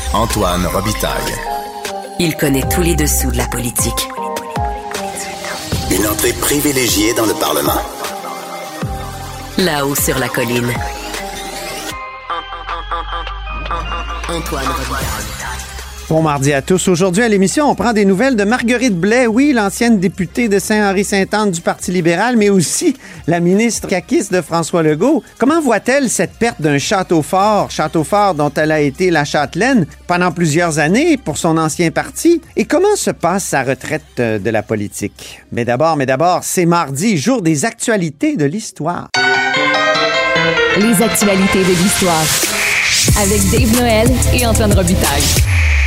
Antoine Robitaille. Il connaît tous les dessous de la politique. Une entrée privilégiée dans le Parlement. Là-haut sur la colline. Antoine Robitaille. Bon mardi à tous. Aujourd'hui à l'émission, on prend des nouvelles de Marguerite Blais, oui, l'ancienne députée de Saint-Henri-Sainte-Anne du Parti libéral, mais aussi la ministre caquiste de François Legault. Comment voit-elle cette perte d'un château fort dont elle a été la châtelaine pendant plusieurs années pour son ancien parti? Et comment se passe sa retraite de la politique? Mais d'abord, c'est mardi, jour des actualités de l'histoire. Les actualités de l'histoire. Avec Dave Noël et Antoine Robitaille.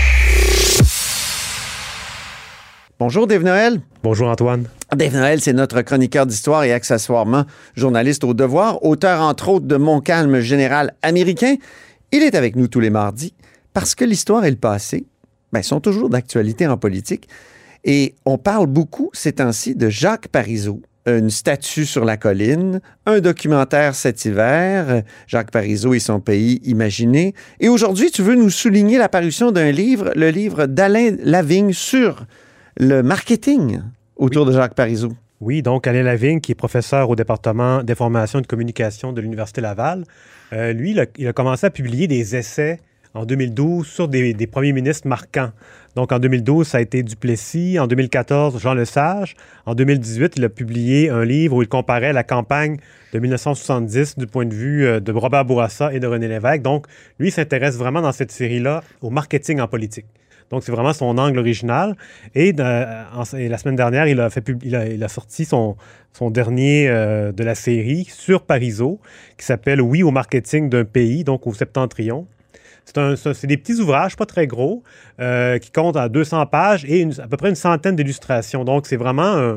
Bonjour Dave Noël. Bonjour Antoine. Dave Noël, c'est notre chroniqueur d'histoire et accessoirement journaliste au Devoir, auteur entre autres de Montcalm général américain. Il est avec nous tous les mardis parce que l'histoire et le passé sont toujours d'actualité en politique. Et on parle beaucoup ces temps-ci de Jacques Parizeau. Une statue sur la colline, un documentaire cet hiver, Jacques Parizeau et son pays imaginé. Et aujourd'hui, tu veux nous souligner la parution d'un livre, le livre d'Alain Lavigne sur le marketing autour de Jacques Parizeau. Oui, donc Alain Lavigne, qui est professeur au département d'information et de communication de l'Université Laval, lui, il a commencé à publier des essais en 2012 sur des premiers ministres marquants. Donc en 2012, ça a été Duplessis. En 2014, Jean Lesage. En 2018, il a publié un livre où il comparait la campagne de 1970 du point de vue de Robert Bourassa et de René Lévesque. Donc, lui, il s'intéresse vraiment dans cette série-là au marketing en politique. Donc, c'est vraiment son angle original. Et la semaine dernière, il a sorti son dernier de la série sur Parizeau, qui s'appelle « Oui au marketing d'un pays », donc au Septentrion. C'est des petits ouvrages, pas très gros, qui comptent à 200 pages et à peu près une centaine d'illustrations. Donc, c'est vraiment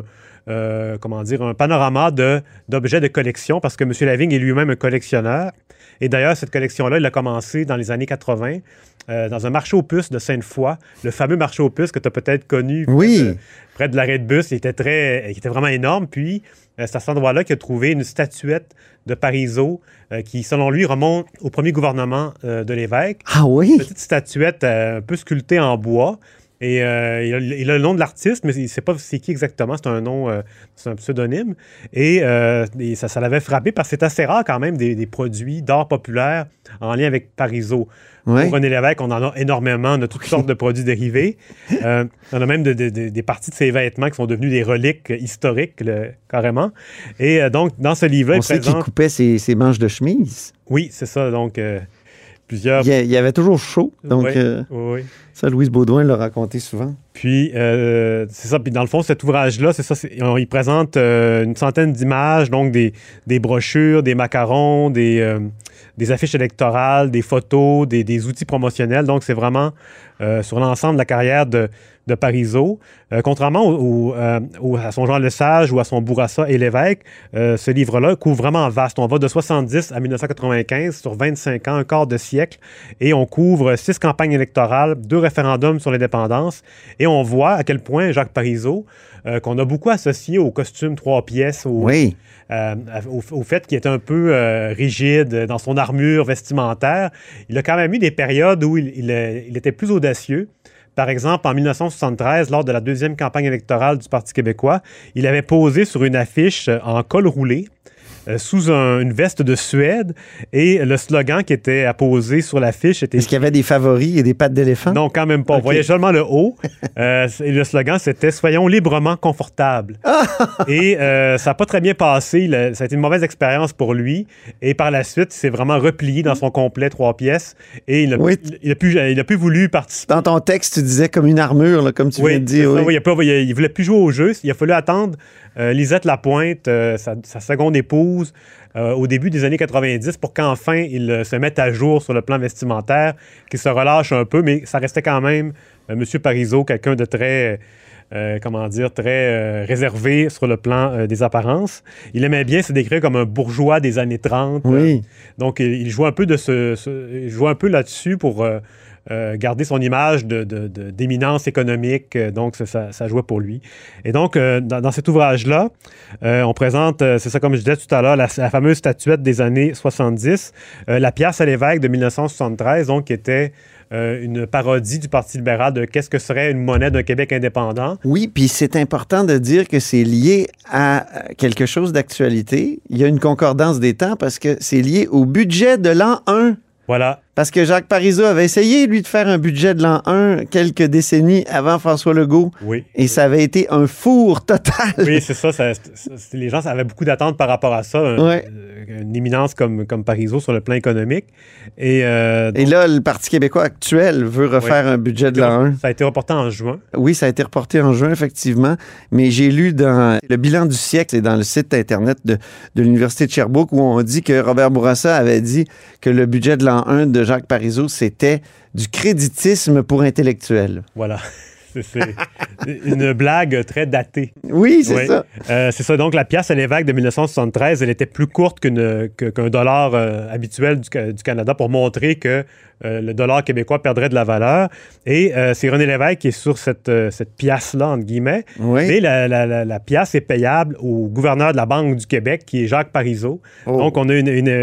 un panorama d'objets de collection, parce que M. Lavigne est lui-même un collectionneur. Et d'ailleurs, cette collection-là, il a commencé dans les années 80 dans un marché aux puces de Sainte-Foy, le fameux marché aux puces que tu as peut-être connu près de l'arrêt de bus. Il était vraiment énorme. Puis, c'est à cet endroit-là qu'il a trouvé une statuette de Parizeau qui, selon lui, remonte au premier gouvernement de Lévesque. Ah oui? Une petite statuette un peu sculptée en bois. Et il a le nom de l'artiste, mais il ne sait pas c'est qui exactement. C'est un nom, c'est un pseudonyme. Et ça l'avait frappé parce que c'est assez rare quand même des produits d'art populaire en lien avec Parizeau. Oui. Pour René Lévesque, on en a énormément. On a toutes sortes de produits dérivés. On a même des parties de ses vêtements qui sont devenus des reliques historiques, carrément. Et donc, dans ce livre-là, on sait qu'il coupait ses manches de chemise. Oui, c'est ça. Donc, plusieurs... Il y avait toujours chaud. Donc, oui. Ça, Louise Baudouin l'a raconté souvent. Puis, c'est ça. Puis, dans le fond, cet ouvrage-là, c'est ça. Il présente une centaine d'images, donc des brochures, des macarons, des affiches électorales, des photos, des outils promotionnels. Donc, c'est vraiment sur l'ensemble de la carrière de Parizeau. Contrairement à son Jean Lesage ou à son Bourassa et Lévesque, ce livre-là couvre vraiment vaste. On va de 70 à 1995 sur 25 ans, un quart de siècle, et on couvre 6 campagnes électorales, 2 référendums sur l'indépendance, et on voit à quel point Jacques Parizeau, qu'on a beaucoup associé au costume 3 pièces, au fait qu'il était un peu rigide dans son armure vestimentaire, il a quand même eu des périodes où il était plus audacieux. Par exemple, en 1973, lors de la deuxième campagne électorale du Parti québécois, il avait posé sur une affiche en col roulé, sous une veste de Suède, et le slogan qui était apposé sur l'affiche était... Est-ce qu'il y avait des favoris et des pattes d'éléphant? Non, quand même pas. Okay. On voyait seulement le haut. Et le slogan, c'était « Soyons librement confortables ». Et ça n'a pas très bien passé. Ça a été une mauvaise expérience pour lui. Et par la suite, il s'est vraiment replié dans son complet 3 pièces. Et il a plus voulu participer. Dans ton texte, tu disais comme une armure, là, comme tu viens de dire. Oui, il ne voulait plus jouer au jeu. Il a fallu attendre Lisette Lapointe, sa seconde épouse, au début des années 90 pour qu'enfin il se mette à jour sur le plan vestimentaire, qu'il se relâche un peu, mais ça restait quand même M. Parizeau, quelqu'un de très... très réservé sur le plan des apparences. Il aimait bien se décrire comme un bourgeois des années 30. Oui. Donc, il jouait un peu il jouait un peu là-dessus pour garder son image d'éminence économique. Donc, ça jouait pour lui. Et donc, dans cet ouvrage-là, on présente, c'est ça comme je disais tout à l'heure, la fameuse statuette des années 70, la pièce à l'évêque de 1973, donc qui était une parodie du Parti libéral de qu'est-ce que serait une monnaie d'un Québec indépendant. Oui, puis c'est important de dire que c'est lié à quelque chose d'actualité. Il y a une concordance des temps parce que c'est lié au budget de l'an 1. Voilà. Parce que Jacques Parizeau avait essayé, lui, de faire un budget de l'an 1 quelques décennies avant François Legault. Oui. Et ça avait été un four total. Oui, c'est ça. Les gens avaient beaucoup d'attentes par rapport à ça. Une éminence comme Parizeau sur le plan économique. Et là, le Parti québécois actuel veut refaire un budget de l'an 1. Ça a été reporté en juin. Oui, ça a été reporté en juin, effectivement. Mais j'ai lu dans le bilan du siècle, c'est dans le site Internet de l'Université de Sherbrooke, où on dit que Robert Bourassa avait dit que le budget de l'an 1 de Jacques Parizeau, c'était du créditisme pour intellectuels. Voilà. C'est une blague très datée. Oui, c'est ça. C'est ça. Donc, la pièce à l'évêque de 1973, elle était plus courte qu'un dollar habituel du Canada pour montrer que le dollar québécois perdrait de la valeur. Et c'est René Lévesque qui est sur cette pièce-là, entre guillemets. Oui. Mais la pièce est payable au gouverneur de la Banque du Québec, qui est Jacques Parizeau. Oh. Donc, on a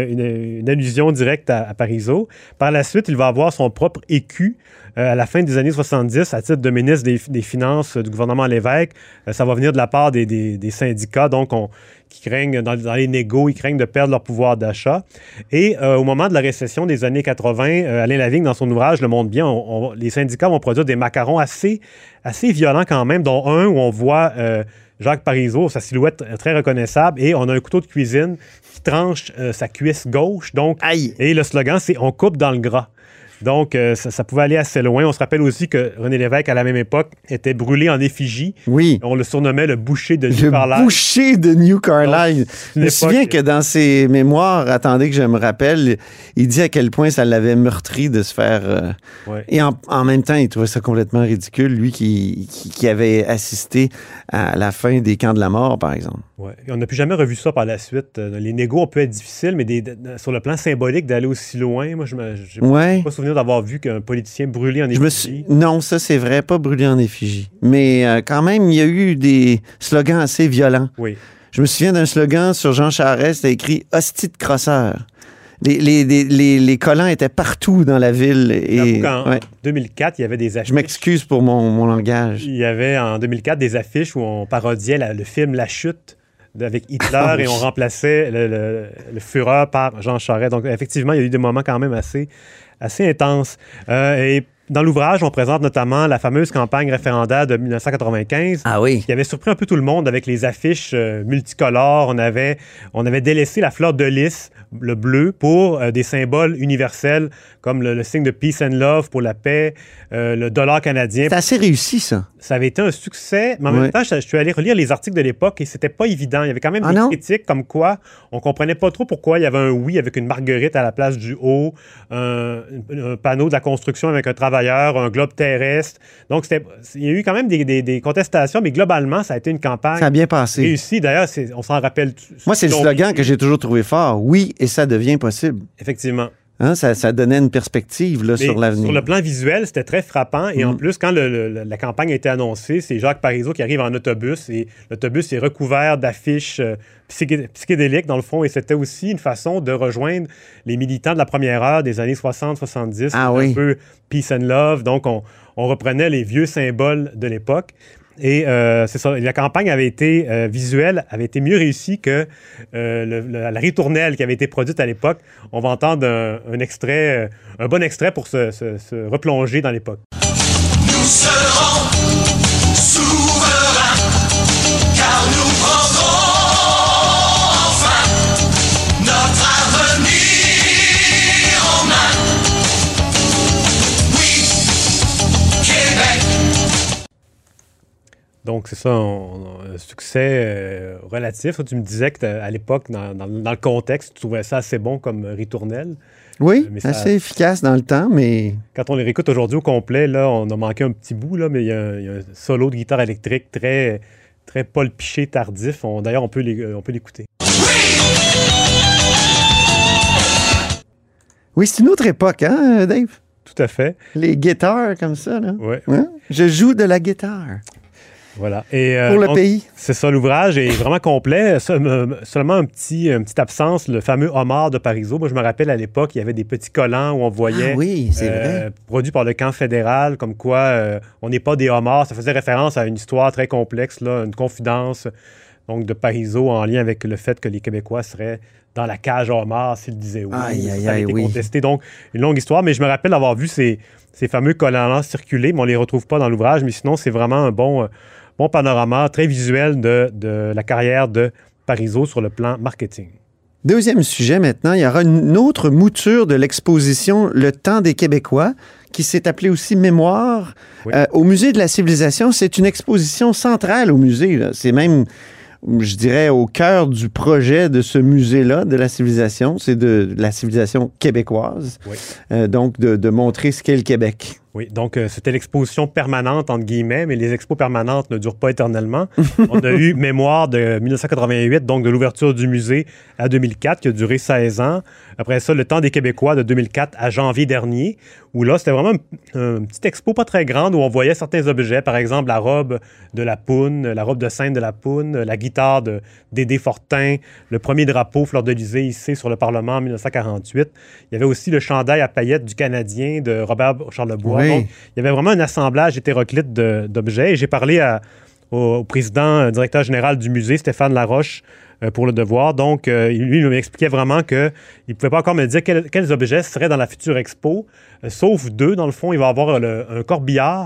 une allusion directe à Parizeau. Par la suite, il va avoir son propre écu à la fin des années 70, à titre de ministre des Finances du gouvernement Lévesque. Ça va venir de la part des syndicats, donc qui craignent, dans les négos, ils craignent de perdre leur pouvoir d'achat. Et au moment de la récession des années 80, Alain Lavigne, dans son ouvrage, le montre bien, les syndicats vont produire des macarons assez violents quand même, dont un où on voit Jacques Parizeau, sa silhouette très reconnaissable, et on a un couteau de cuisine qui tranche sa cuisse gauche. Donc, aïe! Et le slogan, c'est « On coupe dans le gras ». Donc, ça pouvait aller assez loin. On se rappelle aussi que René Lévesque, à la même époque, était brûlé en effigie. Oui. On le surnommait le boucher de New Carlisle. Le boucher de New Carlisle. Je me souviens que dans ses mémoires, attendez que je me rappelle, il dit à quel point ça l'avait meurtri de se faire... Et en même temps, il trouvait ça complètement ridicule, lui qui avait assisté à la fin des camps de la mort, par exemple. Ouais. On n'a plus jamais revu ça par la suite. Les négos, on peut être difficile, mais sur le plan symbolique, d'aller aussi loin, moi, je n'ai pas souvenir d'avoir vu qu'un politicien brûlé en effigie. Non, ça, c'est vrai, pas brûlé en effigie. Mais quand même, il y a eu des slogans assez violents. Oui. Je me souviens d'un slogan sur Jean Charest, c'était écrit « Hostie de crosseur ». Les collants étaient partout dans la ville. Et, en 2004, il y avait des affiches. Je m'excuse pour mon langage. Il y avait en 2004 des affiches où on parodiait le film La Chute avec Hitler et on remplaçait le Führer par Jean Charest. Donc, effectivement, il y a eu des moments quand même assez intenses. Et dans l'ouvrage, on présente notamment la fameuse campagne référendaire de 1995 qui avait surpris un peu tout le monde avec les affiches multicolores. On avait délaissé la fleur de lys, le bleu, pour des symboles universels comme le signe de peace and love pour la paix, le dollar canadien. C'est assez réussi, ça. Ça avait été un succès, mais en même temps, je suis allé relire les articles de l'époque et c'était pas évident. Il y avait quand même des critiques comme quoi on comprenait pas trop pourquoi il y avait un oui avec une marguerite à la place du O, un panneau de la construction avec un travailleur, un globe terrestre. Donc, il y a eu quand même des contestations, mais globalement, ça a été une campagne ça a bien passé. Réussie. D'ailleurs, on s'en rappelle. Moi, c'est le slogan que j'ai toujours trouvé fort. Oui, et ça devient possible. Effectivement. Hein, ça donnait une perspective là, sur l'avenir. Sur le plan visuel, c'était très frappant. Et en plus, quand la campagne a été annoncée, c'est Jacques Parizeau qui arrive en autobus et l'autobus est recouvert d'affiches psychédéliques, dans le fond. Et c'était aussi une façon de rejoindre les militants de la première heure des années 60-70. Un peu peace and love. Donc, on reprenait les vieux symboles de l'époque. Et c'est ça, la campagne visuelle avait été mieux réussie que la ritournelle qui avait été produite à l'époque. On va entendre un bon extrait pour se replonger dans l'époque. Nous serons souverains, car nous prendrons enfin notre avenir en main. Oui, Québec. Donc, c'est ça, un succès relatif. Tu me disais qu'à l'époque, dans le contexte, tu trouvais ça assez bon comme ritournelle. Oui, assez efficace dans le temps, mais... Quand on les réécoute aujourd'hui au complet, là, on a manqué un petit bout, là, mais il y a un solo de guitare électrique très, très Paul Piché tardif. D'ailleurs, on peut l'écouter. Oui, c'est une autre époque, hein, Dave? tout à fait. Les guitares comme ça, là. Ouais. Hein? Je joue de la guitare. Voilà. Et, Pour le pays. C'est ça, l'ouvrage est vraiment complet. Seulement une petite absence, le fameux homard de Parizeau. Moi, je me rappelle à l'époque, il y avait des petits collants où on voyait, Ah oui, c'est vrai. produits par le camp fédéral, comme quoi on n'est pas des homards. Ça faisait référence à une histoire très complexe, là, une confidence donc, de Parizeau en lien avec le fait que les Québécois seraient dans la cage à homards s'ils disaient oui. Ça a été contesté. Donc, une longue histoire, mais je me rappelle d'avoir vu ces fameux collants-là circuler, mais on ne les retrouve pas dans l'ouvrage. Mais sinon, c'est vraiment un bon panorama très visuel de la carrière de Parizeau sur le plan marketing. Deuxième sujet maintenant, il y aura une autre mouture de l'exposition Le Temps des Québécois, qui s'est appelée aussi Mémoire. Oui. Au Musée de la Civilisation, c'est une exposition centrale au musée, là. C'est même, je dirais, au cœur du projet de ce musée-là, de la civilisation. C'est de la civilisation québécoise. Oui. Donc, de montrer ce qu'est le Québec. Oui, donc c'était l'exposition permanente, entre guillemets, mais les expos permanentes ne durent pas éternellement. On a eu Mémoire de 1988, donc de l'ouverture du musée à 2004, qui a duré 16 ans. Après ça, Le Temps des Québécois de 2004 à janvier dernier, où là, c'était vraiment une petite expo pas très grande, où on voyait certains objets, par exemple la robe de la Poune, la robe de scène de la Poune, la guitare de Dédé Fortin, le premier drapeau Fleur-de-Lysée hissé sur le Parlement en 1948. Il y avait aussi le chandail à paillettes du Canadien de Robert Charlebois. Oui. Donc, il y avait vraiment un assemblage hétéroclite d'objets. Et j'ai parlé au président, directeur général du musée, Stéphane Laroche, pour Le Devoir. Donc, lui, il m'expliquait vraiment qu'il ne pouvait pas encore me dire quels objets seraient dans la future expo, sauf deux. Dans le fond, il va y avoir un corbillard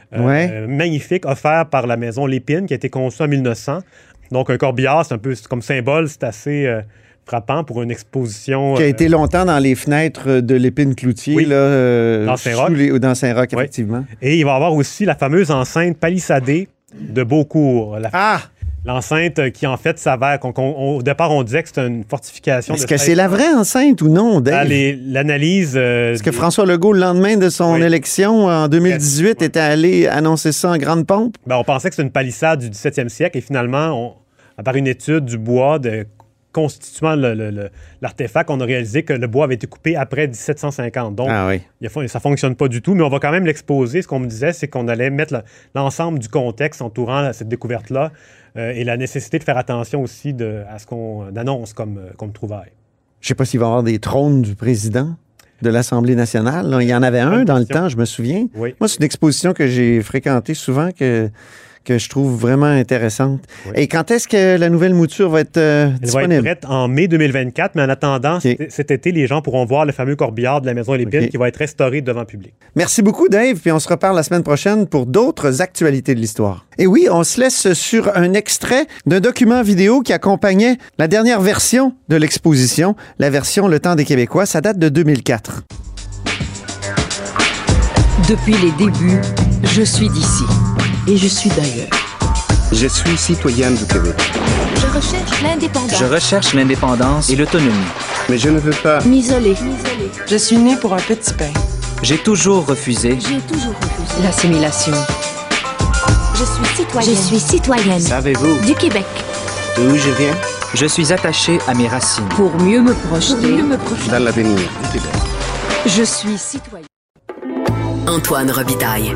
magnifique offert par la maison Lépine, qui a été conçu en 1900. Donc, un corbillard, c'est un peu comme symbole, c'est assez frappant pour une exposition. Qui a été longtemps dans les fenêtres de l'Épine-Cloutier, oui, là, dans Saint-Roch. Dans Saint-Roch, effectivement. Et il va y avoir aussi la fameuse enceinte palissadée de Beaucourt. L'enceinte qui, en fait, s'avère au départ, on disait que c'était une fortification. Est-ce que c'est la vraie enceinte ou non, Dave? L'analyse... Est-ce que François Legault, le lendemain de son élection en 2018, était allé annoncer ça en grande pompe? Ben, on pensait que c'était une palissade du 17e siècle et finalement, par une étude du bois constituant l'artefact, on a réalisé que le bois avait été coupé après 1750. Donc, ça ne fonctionne pas du tout, mais on va quand même l'exposer. Ce qu'on me disait, c'est qu'on allait mettre l'ensemble du contexte entourant cette découverte-là et la nécessité de faire attention aussi à ce qu'on annonce comme trouvaille. Je ne sais pas s'il va y avoir des trônes du président de l'Assemblée nationale. Là, il y en avait un dans le temps, je me souviens. Oui. Moi, c'est une exposition que j'ai fréquentée souvent, que je trouve vraiment intéressante. Oui. Et quand est-ce que la nouvelle mouture va être disponible? Elle va être prête en mai 2024, mais en attendant, cet été, les gens pourront voir le fameux corbillard de la Maison Lépine qui va être restauré devant le public. Merci beaucoup, Dave, puis on se reparle la semaine prochaine pour d'autres actualités de l'histoire. Et oui, on se laisse sur un extrait d'un document vidéo qui accompagnait la dernière version de l'exposition, la version Le Temps des Québécois. Ça date de 2004. Depuis les débuts, je suis d'ici. Et je suis d'ailleurs. Je suis citoyenne du Québec. Je recherche l'indépendance. Je recherche l'indépendance et l'autonomie. Mais je ne veux pas m'isoler. Je suis née pour un petit pain. J'ai toujours refusé. L'assimilation. Je suis citoyenne. Je suis citoyenne. Savez-vous du Québec. D'où je viens? Je suis attaché à mes racines. Pour mieux me projeter. Dans l'avenir du Québec. Je suis citoyenne. Antoine Robitaille.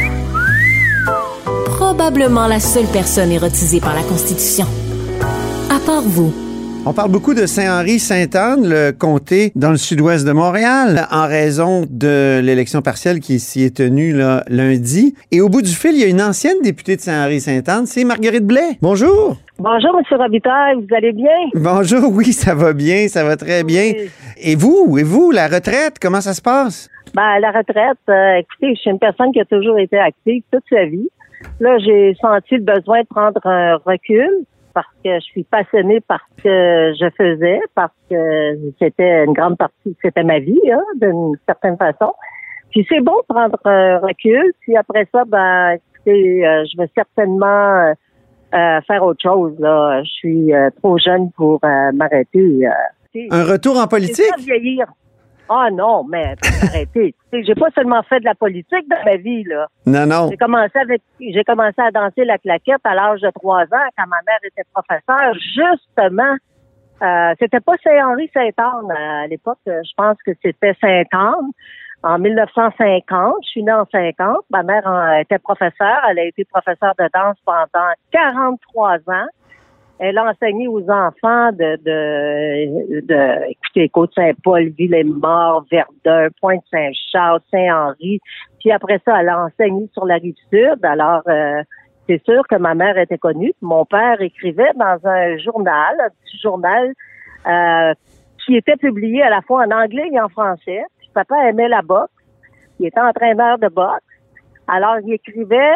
Probablement la seule personne érotisée par la Constitution. À part vous. On parle beaucoup de Saint-Henri-Sainte-Anne, le comté dans le sud-ouest de Montréal, en raison de l'élection partielle qui s'y est tenue là, lundi. Et au bout du fil, il y a une ancienne députée de Saint-Henri-Sainte-Anne, c'est Marguerite Blais. Bonjour. Bonjour, M. Robitaille, vous allez bien? Bonjour, oui, ça va bien, ça va très bien. Oui. Et vous, la retraite, comment ça se passe? Ben, la retraite, écoutez, je suis une personne qui a toujours été active toute sa vie. Là, j'ai senti le besoin de prendre un recul parce que je suis passionnée par ce que je faisais, parce que c'était une grande partie, c'était ma vie, hein, d'une certaine façon. Puis c'est bon de prendre un recul. Puis après ça, ben, écoutez, je vais certainement faire autre chose. Là, je suis trop jeune pour m'arrêter. Un retour en politique? C'est ça, vieillir. Ah non, mais arrêtez. J'ai pas seulement fait de la politique dans ma vie, là. Non. J'ai commencé à danser la claquette à l'âge de 3 ans quand ma mère était professeure. Justement, c'était pas Saint-Henri-Sainte-Anne à l'époque. Je pense que c'était Sainte-Anne. en 1950. Je suis née en 50. Ma mère était professeure. Elle a été professeure de danse pendant 43 ans. Elle a enseigné aux enfants écoutez, Côte-Saint-Paul, Villemort, Verdun, Pointe-Saint-Charles, Saint-Henri. Puis après ça, elle a enseigné sur la Rive-Sud. Alors, c'est sûr que ma mère était connue. Mon père écrivait dans un petit journal, qui était publié à la fois en anglais et en français. Puis papa aimait la boxe. Il était entraîneur de boxe. Alors, il écrivait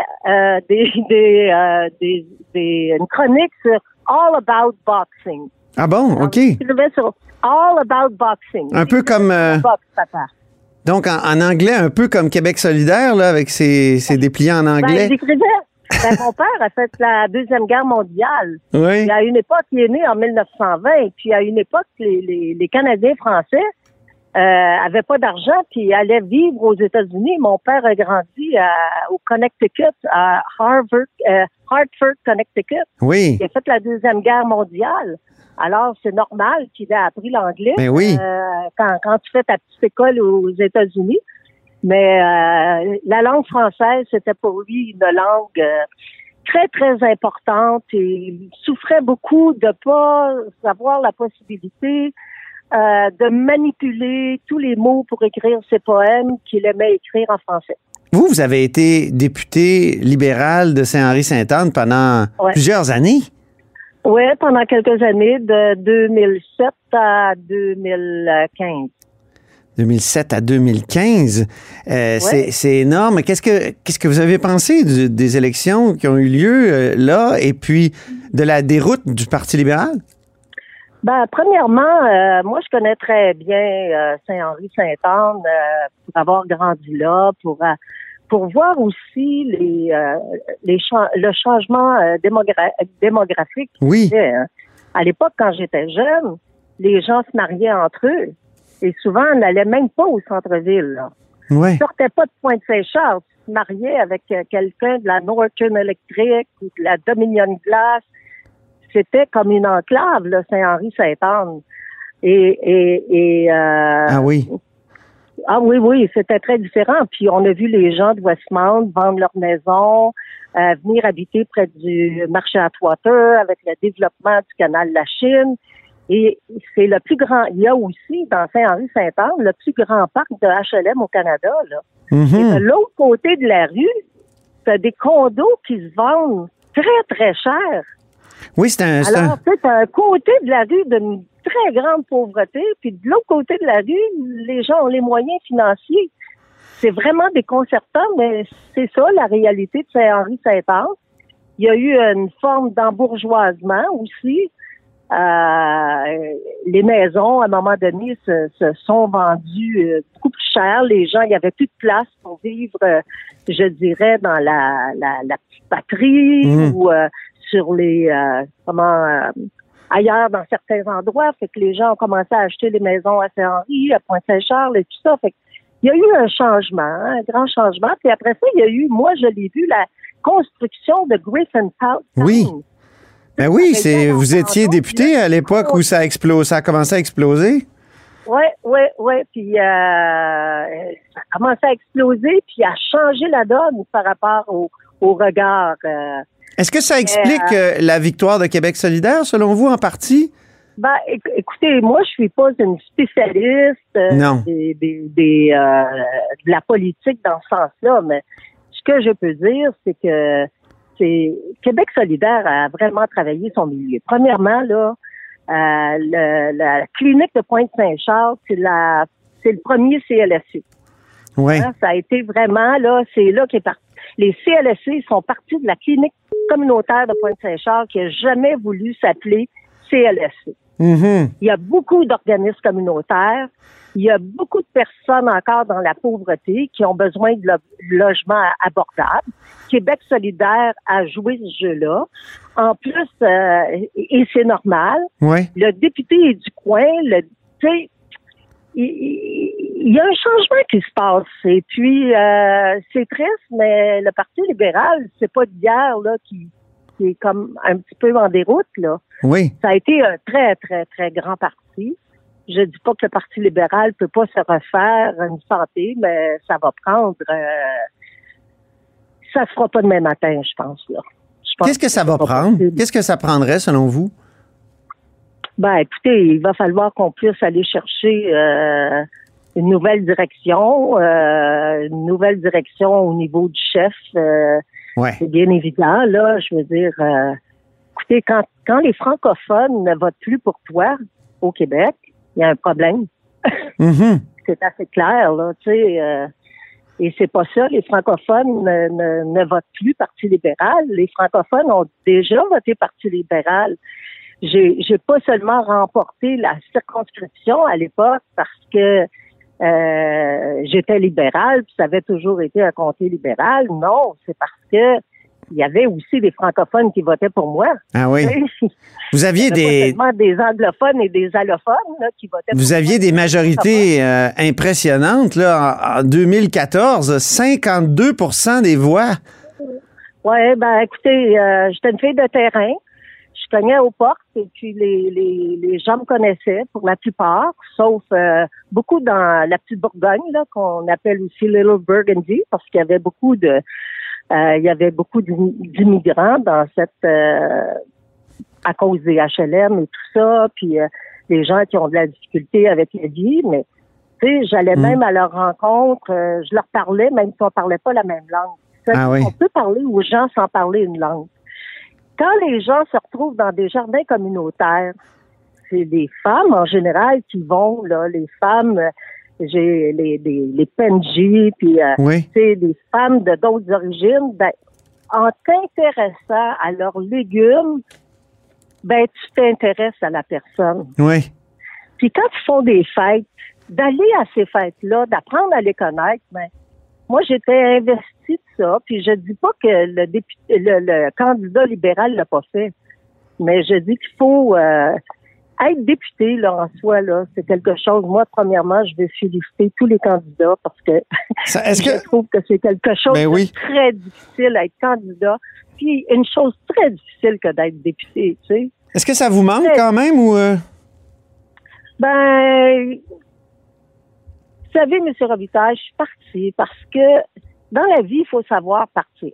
une chronique sur All About Boxing. Ah bon? OK. Il écrivait sur All About Boxing. Un peu comme... Boxe, papa. Donc, en anglais, un peu comme Québec solidaire, là, avec ses dépliants en anglais. Il écrivait... mon père a fait la Deuxième Guerre mondiale. Oui. Et à une époque, il est né en 1920. Puis à une époque, les Canadiens français avaient pas d'argent puis allaient vivre aux États-Unis. Mon père a grandi au Connecticut, à Hartford, Connecticut. Oui. Il a fait la Deuxième Guerre mondiale. Alors, c'est normal qu'il ait appris l'anglais. Ben oui. Quand tu fais ta petite école aux États-Unis. Mais la langue française, c'était pour lui une langue très, très importante et il souffrait beaucoup de pas avoir la possibilité de manipuler tous les mots pour écrire ses poèmes qu'il aimait écrire en français. Vous avez été député libéral de Saint-Henri-Sainte-Anne pendant plusieurs années. Oui, pendant quelques années, de 2007 à 2015. 2007 à 2015. C'est énorme. Qu'est-ce que vous avez pensé des élections qui ont eu lieu là et puis de la déroute du Parti libéral? Ben, premièrement, moi, je connais très bien Saint-Henri-Sainte-Anne pour avoir grandi là, pour voir aussi le changement démographique. Oui. À l'époque, quand j'étais jeune, les gens se mariaient entre eux. Et souvent, on n'allait même pas au centre-ville. Ouais. Ils ne sortaient pas de Pointe-Saint-Charles. Ils se mariaient avec quelqu'un de la Northern Electric ou de la Dominion Glass. C'était comme une enclave, là, Saint-Henri-Sainte-Anne. Ah oui. Ah oui, c'était très différent. Puis on a vu les gens de Westmount vendre leur maison, venir habiter près du marché Atwater avec le développement du canal de la Chine. Et c'est le plus grand. Il y a aussi, dans Saint-Henri-Sainte-Anne, le plus grand parc de HLM au Canada, là. Mm-hmm. Et de l'autre côté de la rue, t'as des condos qui se vendent très, très cher. Oui, Alors, tu sais, t'as un côté de la rue d'une très grande pauvreté, puis de l'autre côté de la rue, les gens ont les moyens financiers. C'est vraiment déconcertant, mais c'est ça, la réalité de Saint-Henri-Sainte-Anne. Il y a eu une forme d'embourgeoisement aussi. Les maisons, à un moment donné, se sont vendues beaucoup plus cher. Les gens, il n'y avait plus de place pour vivre, je dirais, dans la petite patrie ou sur les ailleurs dans certains endroits. Fait que les gens ont commencé à acheter les maisons à Saint-Henri, à Pointe-Saint-Charles et tout ça. Fait que il y a eu un changement, un grand changement. Puis après ça, il y a eu, moi, je l'ai vu, la construction de Griffin Town. Oui. Ben oui, vous étiez député à l'époque où ça a commencé à exploser. Oui. Puis ça a commencé à exploser, puis à changer la donne par rapport au regard. Est-ce que ça explique la victoire de Québec solidaire, selon vous, en partie? Ben, écoutez, moi, je suis pas une spécialiste de la politique dans ce sens-là, mais ce que je peux dire, c'est que Québec solidaire a vraiment travaillé son milieu. Premièrement, là, la clinique de Pointe-Saint-Charles, c'est le premier CLSC. Ouais. Ça a été vraiment, là, c'est là qu'est parti. Les CLSC sont partis de la clinique communautaire de Pointe-Saint-Charles qui n'a jamais voulu s'appeler CLSC. Mm-hmm. Il y a beaucoup d'organismes communautaires. Il y a beaucoup de personnes encore dans la pauvreté qui ont besoin de logements abordables. Québec solidaire a joué ce jeu-là. En plus, et c'est normal, le député est du coin, il y a un changement qui se passe. Et puis, c'est triste, mais le Parti libéral, c'est pas d'hier là qui est comme un petit peu en déroute, là. Oui. Ça a été un très, très, très grand parti. Je dis pas que le Parti libéral peut pas se refaire une santé, mais ça va prendre... ça se fera pas demain matin, je pense, là. Qu'est-ce que ça va prendre? Qu'est-ce que ça prendrait, selon vous? Ben, écoutez, il va falloir qu'on puisse aller chercher une nouvelle direction au niveau du chef. Ouais. C'est bien évident, là. Je veux dire, écoutez, quand les francophones ne votent plus pour toi au Québec, il y a un problème. Mm-hmm. C'est assez clair, là, tu sais. Et c'est pas ça, les francophones ne votent plus Parti libéral. Les francophones ont déjà voté Parti libéral. J'ai pas seulement remporté la circonscription à l'époque parce que j'étais libérale, puis ça avait toujours été un comté libéral. Non, c'est parce que il y avait aussi des francophones qui votaient pour moi. Ah oui. Vous aviez pas seulement des anglophones et des allophones là, qui votaient pour moi. Vous aviez des majorités impressionnantes là en 2014, 52% des voix. Ouais, ben écoutez, j'étais une fille de terrain. Je cognais aux portes et puis les gens me connaissaient pour la plupart, sauf beaucoup dans la petite Bourgogne là qu'on appelle aussi Little Burgundy parce qu'il y avait beaucoup d'immigrants dans cette à cause des HLM et tout ça, puis des gens qui ont de la difficulté avec la vie, mais tu sais, j'allais même à leur rencontre, je leur parlais même si on parlait pas la même langue. On peut parler aux gens sans parler une langue. Quand les gens se retrouvent dans des jardins communautaires, c'est des femmes en général qui vont, là, les femmes, j'ai les PNJ, puis c'est des femmes de d'autres origines, ben, en t'intéressant à leurs légumes, ben, tu t'intéresses à la personne. Oui. Puis quand ils font des fêtes, d'aller à ces fêtes-là, d'apprendre à les connaître, ben, moi, j'étais investie de ça, puis je dis pas que le candidat libéral l'a pas fait, mais je dis qu'il faut être député, là, en soi, là, c'est quelque chose. Moi, premièrement, je vais féliciter tous les candidats parce que je trouve que c'est quelque chose de très difficile à être candidat, puis une chose très difficile que d'être député, tu sais. Est-ce que ça vous manque quand même ou... Ben... Vous savez, M. Robitaille, je suis partie parce que dans la vie, il faut savoir partir.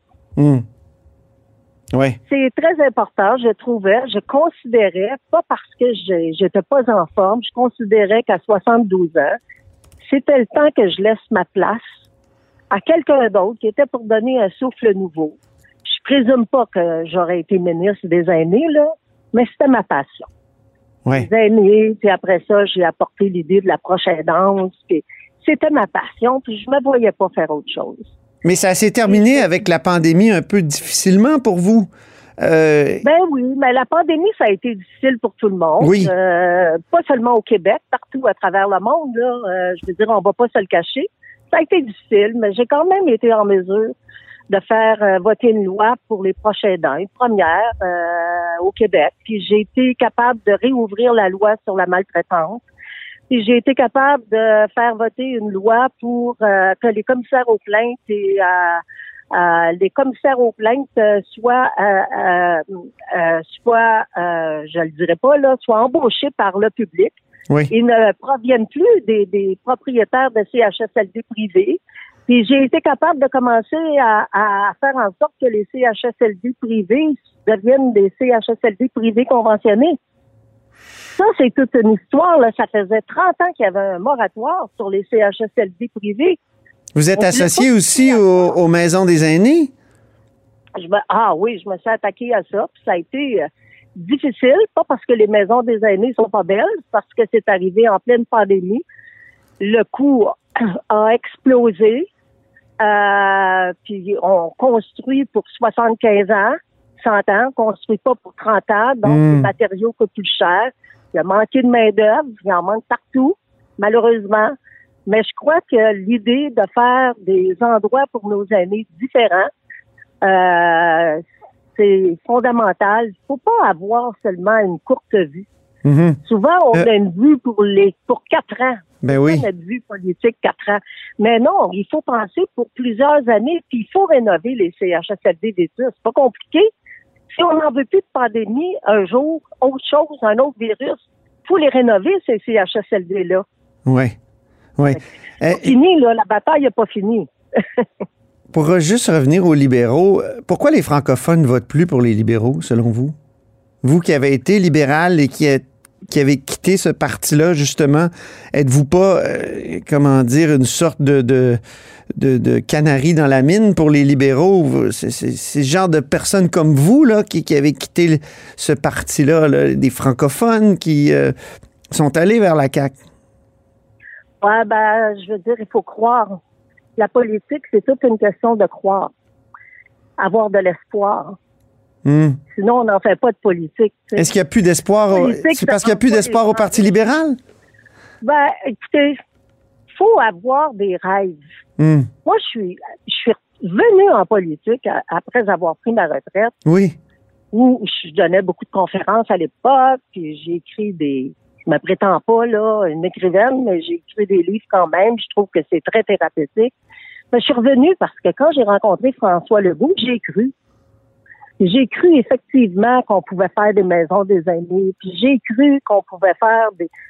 Oui. C'est très important, je trouvais, je considérais, pas parce que j'étais pas en forme, je considérais qu'à 72 ans, c'était le temps que je laisse ma place à quelqu'un d'autre qui était pour donner un souffle nouveau. Je présume pas que j'aurais été ministre des aînés, là, mais c'était ma passion. Oui. Les aînés, puis après ça, j'ai apporté l'idée de la prochaine danse, puis c'était ma passion, puis je me voyais pas faire autre chose. Mais ça s'est terminé avec la pandémie un peu difficilement pour vous. Ben oui, mais la pandémie, ça a été difficile pour tout le monde. Oui. Pas seulement au Québec, partout à travers le monde, là. Je veux dire, on va pas se le cacher. Ça a été difficile, mais j'ai quand même été en mesure de faire voter une loi pour les proches aidants, une première au Québec. Puis j'ai été capable de réouvrir la loi sur la maltraitance. Puis j'ai été capable de faire voter une loi pour que les commissaires aux plaintes et les commissaires aux plaintes soient je le dirais pas là, soient embauchés par le public. Oui. Ils ne proviennent plus des propriétaires de CHSLD privés. Puis j'ai été capable de commencer à faire en sorte que les CHSLD privés deviennent des CHSLD privés conventionnés. Ça, c'est toute une histoire, là. Ça faisait 30 ans qu'il y avait un moratoire sur les CHSLD privés. Vous êtes associé aussi aux maisons des aînés? Oui, je me suis attaquée à ça. Puis ça a été difficile, pas parce que les maisons des aînés sont pas belles, parce que c'est arrivé en pleine pandémie. Le coût a explosé. Puis on construit pour 75 ans, 100 ans, on construit pas pour 30 ans, donc les matériaux coûtent plus cher. Il y a manqué de main-d'œuvre, il en manque partout, malheureusement. Mais je crois que l'idée de faire des endroits pour nos aînés différents, c'est fondamental. Il faut pas avoir seulement une courte vue. Souvent, on a une vue pour 4 ans. Ben oui. Notre vue politique 4 ans. Mais non, il faut penser pour plusieurs années, puis il faut rénover les CHSLD d'études. C'est pas compliqué. Si on n'en veut plus de pandémie, un jour, autre chose, un autre virus, faut les rénover, ces CHSLD-là. Oui. Oui. C'est fini, là. La bataille n'est pas finie. Pour juste revenir aux libéraux, pourquoi les francophones ne votent plus pour les libéraux, selon vous? Vous qui avez été libéral et qui avez quitté ce parti-là, justement, êtes-vous pas, une sorte de canari dans la mine pour les libéraux? C'est ce genre de personnes comme vous, là, qui avez quitté ce parti-là, là, des francophones qui sont allés vers la CAQ. Ouais, je veux dire, il faut croire. La politique, c'est toute une question de croire. Avoir de l'espoir. Sinon, on n'en fait pas de politique. T'sais. Est-ce qu'il n'y a plus d'espoir? C'est parce qu'il n'y a plus d'espoir au Parti libéral? Écoutez, il faut avoir des rêves. Moi, je suis venue en politique après avoir pris ma retraite. Oui. Où je donnais beaucoup de conférences à l'époque, puis j'ai écrit je me prétends pas, là, une écrivaine, mais j'ai écrit des livres quand même. Je trouve que c'est très thérapeutique. Mais je suis revenue parce que quand j'ai rencontré François Legault, j'ai cru. J'ai cru effectivement qu'on pouvait faire des maisons des aînés, puis j'ai cru qu'on pouvait faire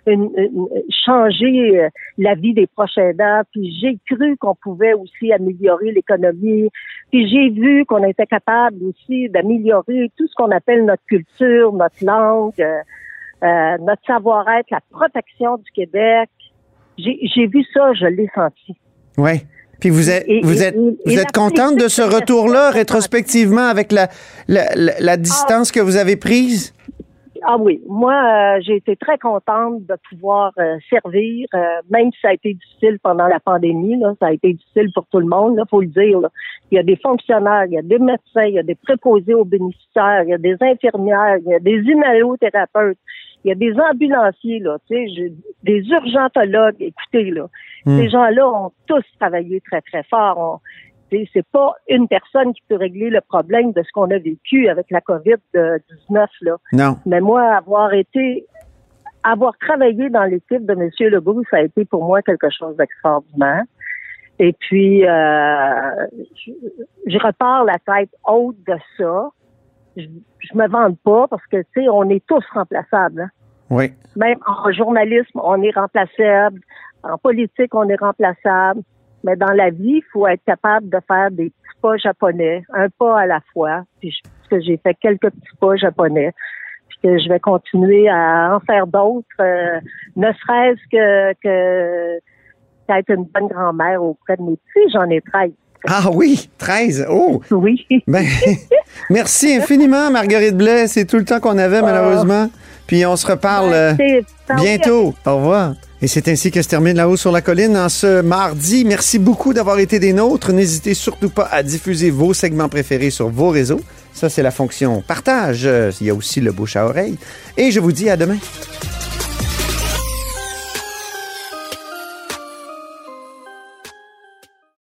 changer la vie des proches aidants, puis j'ai cru qu'on pouvait aussi améliorer l'économie, puis j'ai vu qu'on était capable aussi d'améliorer tout ce qu'on appelle notre culture, notre langue, notre savoir-être, la protection du Québec. J'ai vu ça, je l'ai senti. Oui. Puis vous êtes contente de ce retour-là, rétrospectivement, avec la distance que vous avez prise? Ah oui. Moi, j'ai été très contente de pouvoir servir, même si ça a été difficile pendant la pandémie. Là, ça a été difficile pour tout le monde, il faut le dire. Là. Il y a des fonctionnaires, il y a des médecins, il y a des préposés aux bénéficiaires, il y a des infirmières, il y a des inhalothérapeutes. Il y a des ambulanciers, là, des urgentologues. Écoutez, là, ces gens-là ont tous travaillé très, très fort. C'est pas une personne qui peut régler le problème de ce qu'on a vécu avec la COVID-19, là. Non. Mais moi, avoir travaillé dans l'équipe de M. Legault, ça a été pour moi quelque chose d'extraordinaire. Et puis, je repars la tête haute de ça. Je me vante pas parce que, tu sais, on est tous remplaçables. Hein? Oui. Même en journalisme, on est remplaçable. En politique, on est remplaçable. Mais dans la vie, il faut être capable de faire des petits pas japonais, un pas à la fois. Puis j'ai fait quelques petits pas japonais. Puis que je vais continuer à en faire d'autres, ne serait-ce que d'être une bonne grand-mère auprès de mes petits. J'en ai 13. Ah oui, 13. Oh! Oui. Merci infiniment, Marguerite Blais. C'est tout le temps qu'on avait, malheureusement. Puis on se reparle bientôt. Au revoir. Et c'est ainsi que se termine La Haut sur la Colline en ce mardi. Merci beaucoup d'avoir été des nôtres. N'hésitez surtout pas à diffuser vos segments préférés sur vos réseaux. Ça, c'est la fonction partage. Il y a aussi le bouche à oreille. Et je vous dis à demain.